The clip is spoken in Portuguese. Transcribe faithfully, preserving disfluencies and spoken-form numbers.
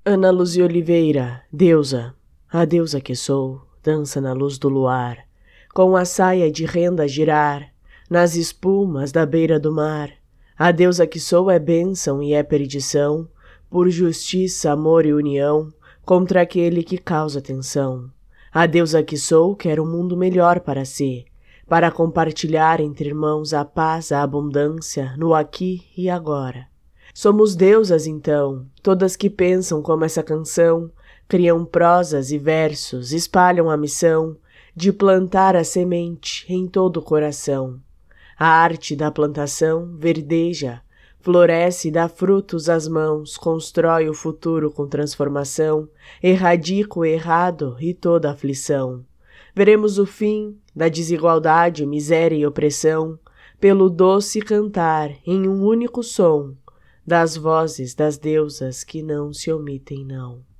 Ana Luzia Oliveira, deusa, a deusa que sou, dança na luz do luar, com a saia de renda a girar, nas espumas da beira do mar. A deusa que sou é bênção e é perdição, por justiça, amor e união, contra aquele que causa tensão. A deusa que sou quer um mundo melhor para si, para compartilhar entre irmãos a paz, a abundância, no aqui e agora. Somos deusas, então, todas que pensam como essa canção, criam prosas e versos, espalham a missão de plantar a semente em todo o coração. A arte da plantação verdeja, floresce e dá frutos às mãos, constrói o futuro com transformação, erradica o errado e toda aflição. Veremos o fim da desigualdade, miséria e opressão, pelo doce cantar em um único som, das vozes das deusas que não se omitem, não.